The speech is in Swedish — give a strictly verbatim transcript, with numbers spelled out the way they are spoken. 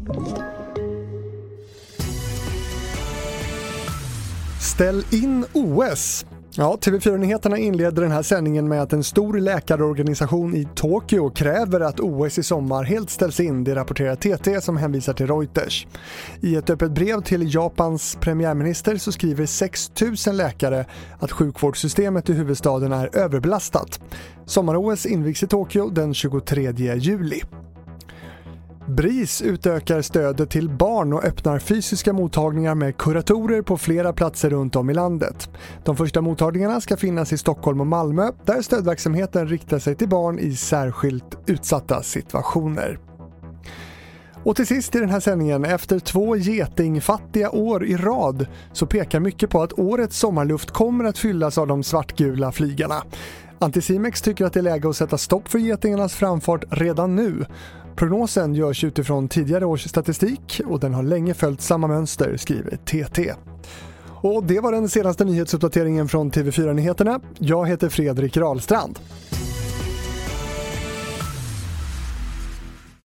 Ställ in O S. Ja, T V fyra-nyheterna inleder den här sändningen med att en stor läkarorganisation i Tokyo kräver att O S i sommar helt ställs in, det rapporterar T T som hänvisar till Reuters. I ett öppet brev till Japans premiärminister så skriver sex tusen läkare att sjukvårdssystemet i huvudstaden är överbelastat. Sommar-O S invigs i Tokyo den tjugotredje juli. BRIS utökar stödet till barn och öppnar fysiska mottagningar med kuratorer på flera platser runt om i landet. De första mottagningarna ska finnas i Stockholm och Malmö, där stödverksamheten riktar sig till barn i särskilt utsatta situationer. Och till sist i den här sändningen, efter två getingfattiga år i rad så pekar mycket på att årets sommarluft kommer att fyllas av de svartgula flygarna. Anticimex tycker att det är läge att sätta stopp för getingarnas framfart redan nu. Prognosen görs utifrån tidigare års statistik och den har länge följt samma mönster, skriver T T. Och det var den senaste nyhetsuppdateringen från T V fyra-nyheterna. Jag heter Fredrik Rahlstrand.